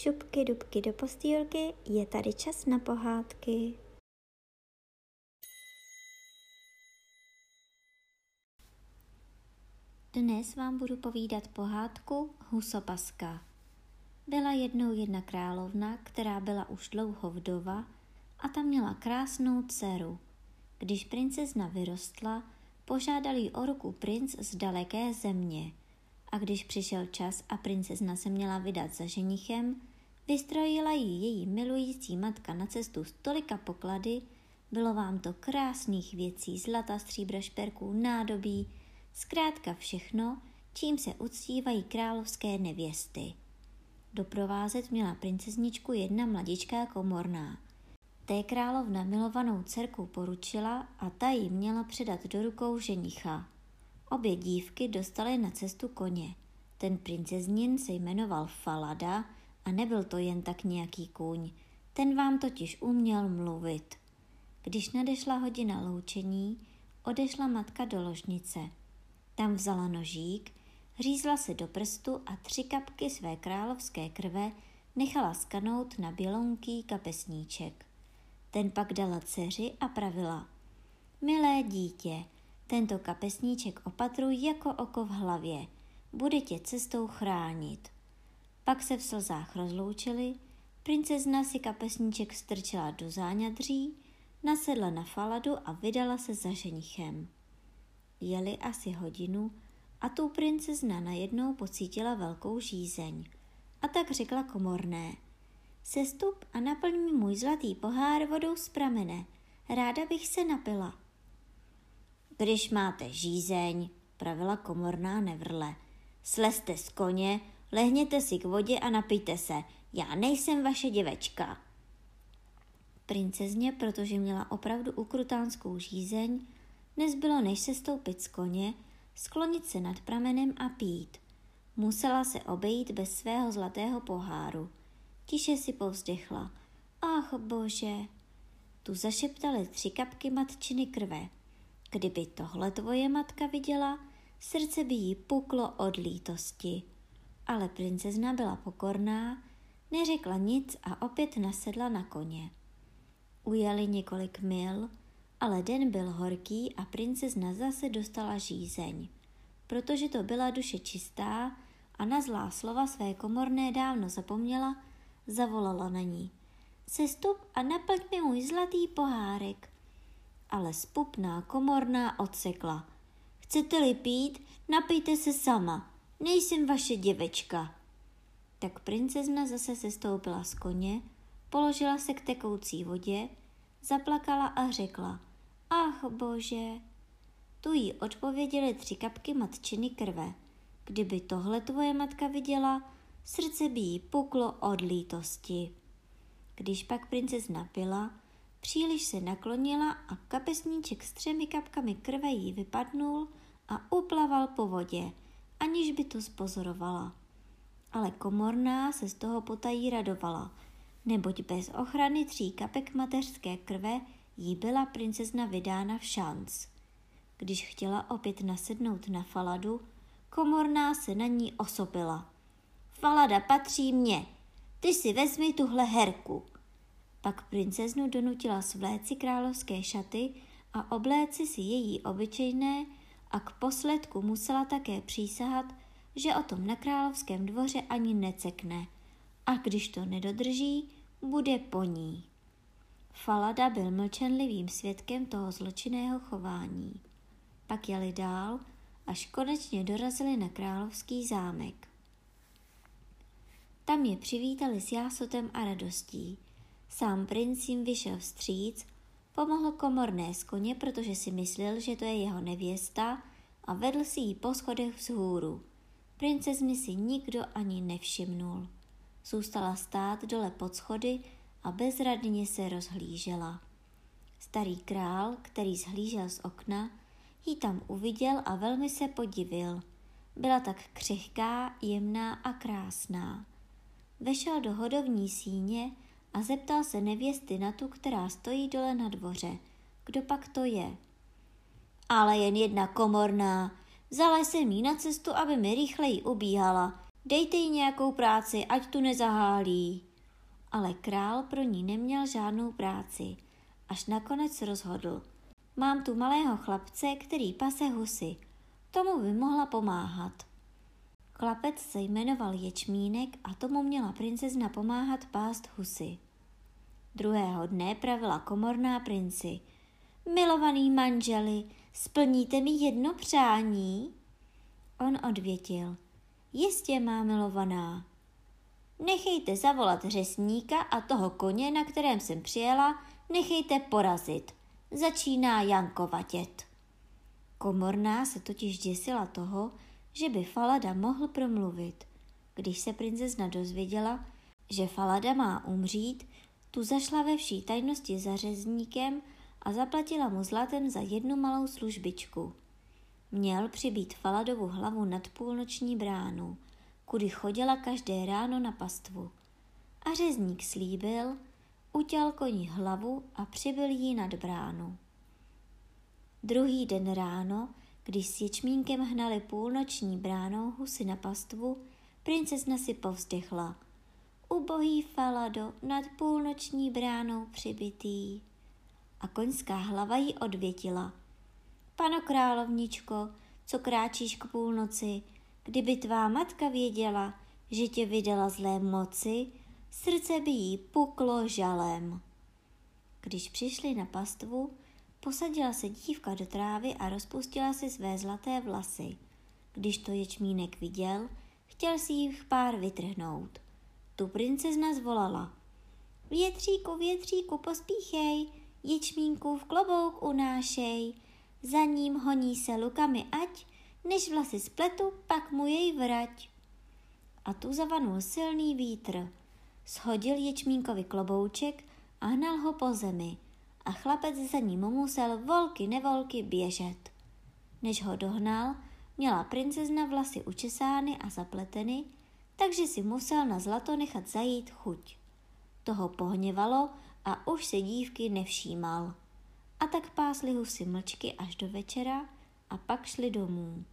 šupky dubky do postýlky, je tady čas na pohádky. Dnes vám budu povídat pohádku Husopaska. Byla jednou jedna královna, která byla už dlouho vdova a ta měla krásnou dceru. Když princezna vyrostla, požádal jí o ruku princ z daleké země. A když přišel čas a princezna se měla vydat za ženichem, vystrojila jí její milující matka na cestu z tolika poklady, bylo vám to krásných věcí, zlata, stříbra, šperků, nádobí, zkrátka všechno, čím se uctívají královské nevěsty. Doprovázet měla princezničku jedna mladičká komorná. Té královna milovanou dcerku poručila a ta jí měla předat do rukou ženicha. Obě dívky dostaly na cestu koně. Ten princeznin se jmenoval Falada a nebyl to jen tak nějaký kůň, ten vám totiž uměl mluvit. Když nadešla hodina loučení, odešla matka do ložnice. Tam vzala nožík, řízla se do prstu a 3 kapky své královské krve nechala skanout na bělonký kapesníček. Ten pak dala dceři a pravila: Milé dítě, tento kapesníček opatruj jako oko v hlavě, bude tě cestou chránit. Pak se v slzách rozloučili, princezna si kapesníček strčila do záňadří, nasedla na Faladu a vydala se za ženichem. Jeli asi hodinu a tu princezna najednou pocítila velkou žízeň a tak řekla komorné: Sestup a naplň mi můj zlatý pohár vodou z pramene, ráda bych se napila. Když máte žízeň, pravila komorná nevrle, slezte z koně, lehněte si k vodě a napijte se, já nejsem vaše děvečka. Princezně, protože měla opravdu ukrutánskou žízeň, nezbylo než se stoupit z koně, sklonit se nad pramenem a pít. Musela se obejít bez svého zlatého poháru. Tiše si povzdechla: Ach bože! Tu zašeptaly 3 kapky matčiny krve. Kdyby tohle tvoje matka viděla, srdce by jí puklo od lítosti. Ale princezna byla pokorná, neřekla nic a opět nasedla na koně. Ujeli několik mil, ale den byl horký a princezna zase dostala žízeň. Protože to byla duše čistá a na zlá slova své komorné dávno zapomněla, zavolala na ní: Sestup a naplň mi můj zlatý pohárek. Ale spupná komorná odsekla: Chcete-li pít, napijte se sama, nejsem vaše děvečka. Tak princezna zase sestoupila z koně, položila se k tekoucí vodě, zaplakala a řekla: Ach bože! Tu jí odpověděly 3 kapky matčiny krve. Kdyby tohle tvoje matka viděla, srdce by jí puklo od lítosti. Když pak princezna pila, příliš se naklonila a kapesníček s 3 kapkami krve jí vypadnul a uplaval po vodě, aniž by to spozorovala. Ale komorná se z toho potají radovala, neboť bez ochrany 3 kapek mateřské krve jí byla princezna vydána v šanc. Když chtěla opět nasednout na Faladu, komorná se na ní osopila: Falada patří mně, ty si vezmi tuhle herku. Pak princeznu donutila svléci královské šaty a obléci si její obyčejné a k posledku musela také přísahat, že o tom na královském dvoře ani necekne a když to nedodrží, bude po ní. Falada byl mlčenlivým svědkem toho zločinného chování. Pak jeli dál, až konečně dorazili na královský zámek. Tam je přivítali s jásotem a radostí. Sám princ jim vyšel vstříc, pomohl komorné z koně, protože si myslel, že to je jeho nevěsta, a vedl si ji po schodech vzhůru. Princezny si nikdo ani nevšimnul. Zůstala stát dole pod schody a bezradně se rozhlížela. Starý král, který zhlížel z okna, ji tam uviděl a velmi se podivil. Byla tak křehká, jemná a krásná. Vešel do hodovní síně a zeptal se nevěsty na tu, která stojí dole na dvoře: Kdo pak to je? Ale jen jedna komorná. Vzala jsem jí na cestu, aby mi rychleji ubíhala. Dejte jí nějakou práci, ať tu nezahálí. Ale král pro ní neměl žádnou práci, až nakonec rozhodl. Mám tu malého chlapce, který pase husy. Tomu by mohla pomáhat. Chlapec se jmenoval Ječmínek a tomu měla princezna pomáhat pást husy. Druhého dne pravila komorná princi. Milovaný manželi, splníte mi jedno přání? On odvětil. Jistě, má milovaná. Nechejte zavolat řezníka a toho koně, na kterém jsem přijela, nechejte porazit. Začíná jankovatět. Komorná se totiž děsila toho, že by Falada mohl promluvit. Když se princezna dozvěděla, že Falada má umřít, tu zašla ve vší tajnosti za řezníkem a zaplatila mu zlatem za jednu malou službičku. Měl přibít Faladovu hlavu nad půlnoční bránu, kudy chodila každé ráno na pastvu. A řezník slíbil, utěl koni hlavu a přibyl jí nad bránu. Druhý den ráno, když s Ječmínkem hnali půlnoční bránou husy na pastvu, princezna si povzdechla. Ubohý Falado, nad půlnoční bránou přibitý. A koňská hlava jí odvětila. Pano královničko, co kráčíš k půlnoci, kdyby tvá matka věděla, že tě vydala zlé moci, srdce by jí puklo žalem. Když přišli na pastvu, posadila se dívka do trávy a rozpustila si své zlaté vlasy. Když to Ječmínek viděl, chtěl si jich pár vytrhnout. Tu princezna zvolala. Větříku, větříku, pospíchej, Ječmínkův klobouk unášej, za ním honí se lukami ať, než vlasy spletu, pak mu jej vrať. A tu zavanul silný vítr. Shodil Ječmínkovi klobouček a hnal ho po zemi a chlapec za ním musel volky nevolky běžet. Než ho dohnal, měla princezna vlasy učesány a zapleteny, takže si musel na zlato nechat zajít chuť. To ho pohněvalo a už se dívky nevšímal. A tak pásli husy mlčky až do večera a pak šli domů.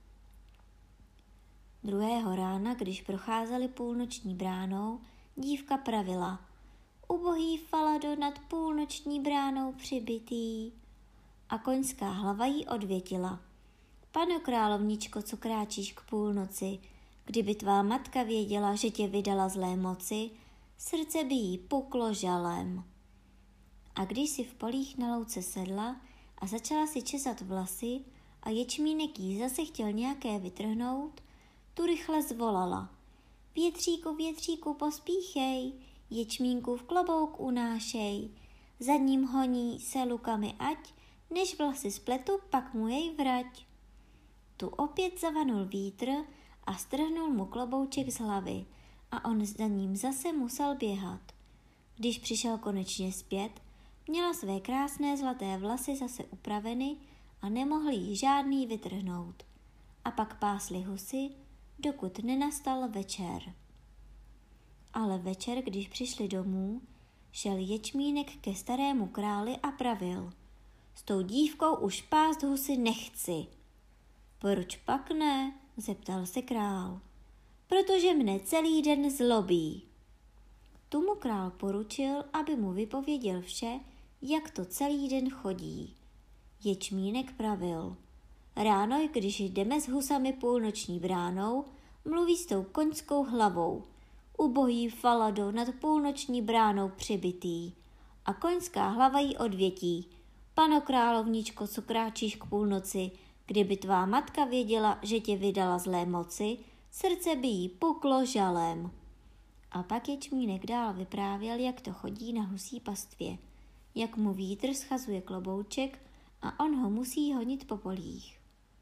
Druhého rána, když procházeli půlnoční bránou, dívka pravila. Ubohý Falado, nad půlnoční bránou přibitý. A koňská hlava jí odvětila. Pano královničko, co kráčíš k půlnoci, kdyby tvá matka věděla, že tě vydala zlé moci, srdce by jí puklo žalem. A když si v polích na louce sedla a začala si česat vlasy a Ječmínek jí zase chtěl nějaké vytrhnout, tu rychle zvolala. Větříku, větříku, pospíchej, Ječmínkův klobouk unášej, za ním honí se lukami ať, než vlasy spletu, pak mu jej vrať. Tu opět zavanul vítr a strhnul mu klobouček z hlavy a on za ním zase musel běhat. Když přišel konečně zpět, měla své krásné zlaté vlasy zase upraveny a nemohl jí žádný vytrhnout. A pak pásli husy, dokud nenastal večer. Ale večer, když přišli domů, šel Ječmínek ke starému králi a pravil. S tou dívkou už pást husy nechci. Proč pak ne? Zeptal se král. Protože mne celý den zlobí. Tu mu král poručil, aby mu vypověděl vše, jak to celý den chodí. Ječmínek pravil. Ráno, když jdeme s husami půlnoční bránou, mluví s tou koňskou hlavou. Ubohý Falado, nad půlnoční bránou přibitý. A koňská hlava jí odvětí. Pano královničko, co kráčíš k půlnoci, kdyby tvá matka věděla, že tě vydala zlé moci, srdce by jí puklo žalem. A pak Ječmínek dál vyprávěl, jak to chodí na husí pastvě, jak mu vítr schazuje klobouček a on ho musí honit po polích.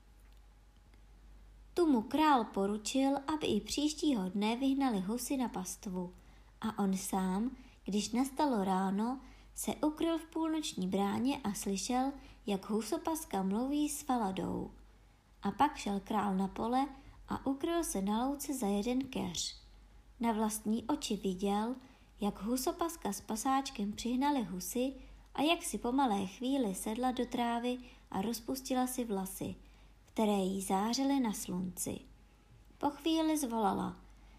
Tu mu král poručil, aby i příštího dne vyhnali husy na pastvu a on sám, když nastalo ráno, se ukryl v půlnoční bráně a slyšel, jak husopaska mluví s Faladou. A pak šel král na pole a ukryl se na louce za jeden keř. Na vlastní oči viděl, jak husopaska s pasáčkem přihnali husy a jak si po malé chvíli sedla do trávy a rozpustila si vlasy, které jí zářily na slunci. Po chvíli zvolala.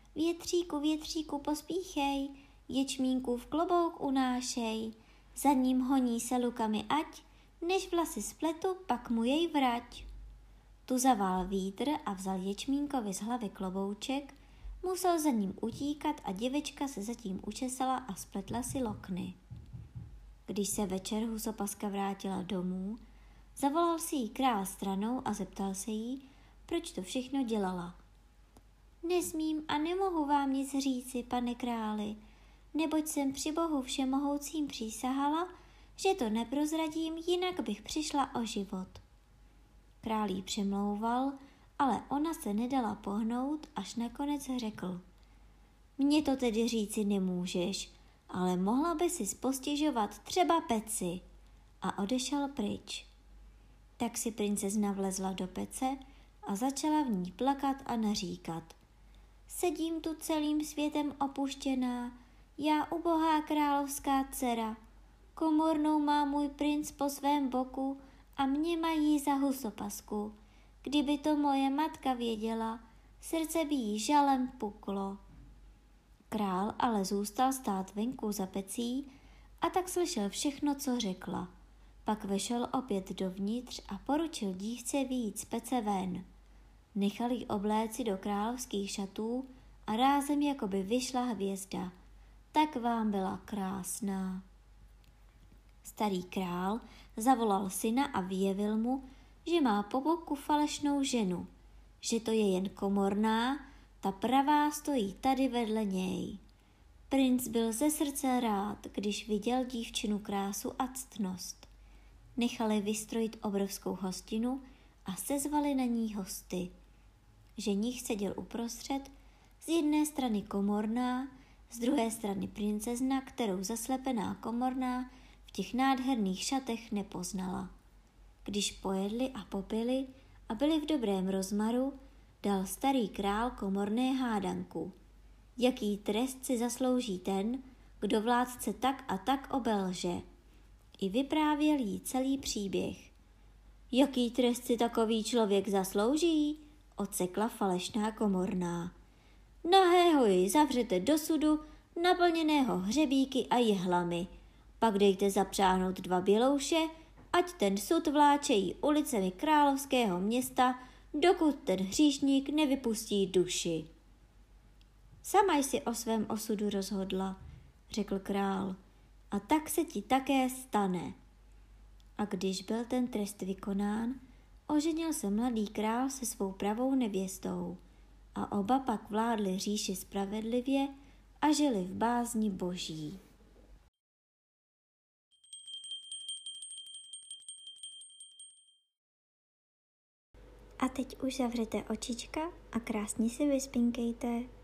Větříku, větříku, pospíchej, ječmínkův klobouk unášej, za ním honí se lukami ať, než vlasy spletu, pak mu jej vrať. Tu zavál vítr a vzal ječmínkovi z hlavy klobouček, musel za ním utíkat a děvečka se zatím učesala a spletla si lokny. Když se večer husopaska vrátila domů, zavolal si jí král stranou a zeptal se jí, proč to všechno dělala. Nesmím a nemohu vám nic říci, pane králi, neboť jsem při Bohu všemohoucím přísahala, že to neprozradím, jinak bych přišla o život. Král jí přemlouval, ale ona se nedala pohnout, až nakonec řekl. Mně to tedy říci nemůžeš, ale mohla by si postěžovat třeba peci. A odešel pryč. Tak si princezna vlezla do pece a začala v ní plakat a naříkat. Sedím tu celým světem opuštěná, já ubohá královská dcera. Komornou má můj princ po svém boku a mě mají za husopasku. Kdyby to moje matka věděla, srdce by jí žalem puklo. Král ale zůstal stát venku za pecí a tak slyšel všechno, co řekla. Pak vešel opět dovnitř a poručil dívce vyjít z pece ven. Nechal jí obléci do královských šatů a rázem jakoby vyšla hvězda. Tak vám byla krásná. Starý král zavolal syna a vyjevil mu, že má po boku falešnou ženu, že to je jen komorná, ta pravá stojí tady vedle něj. Princ byl ze srdce rád, když viděl dívčinu krásu a ctnost. Nechali vystrojit obrovskou hostinu a sezvali na ní hosty. Ženich seděl uprostřed, z jedné strany komorná, z druhé strany princezna, kterou zaslepená komorná v těch nádherných šatech nepoznala. Když pojedli a popili a byli v dobrém rozmaru, dal starý král komorné hádanku. Jaký trest si zaslouží ten, kdo vládce tak a tak obelže? I vyprávěl jí celý příběh. Jaký trest si takový člověk zaslouží? Odsekla falešná komorná. Nahého jej zavřete do sudu, naplněného hřebíky a jehlami. Pak dejte zapřáhnout 2 bělouše, ať ten sud vláčejí ulicemi královského města, dokud ten hříšník nevypustí duši. Sama jsi o svém osudu rozhodla, řekl král, a tak se ti také stane. A když byl ten trest vykonán, oženil se mladý král se svou pravou nevěstou a oba pak vládli říši spravedlivě a žili v bázni boží. A teď už zavřete očička a krásně si vyspinkejte.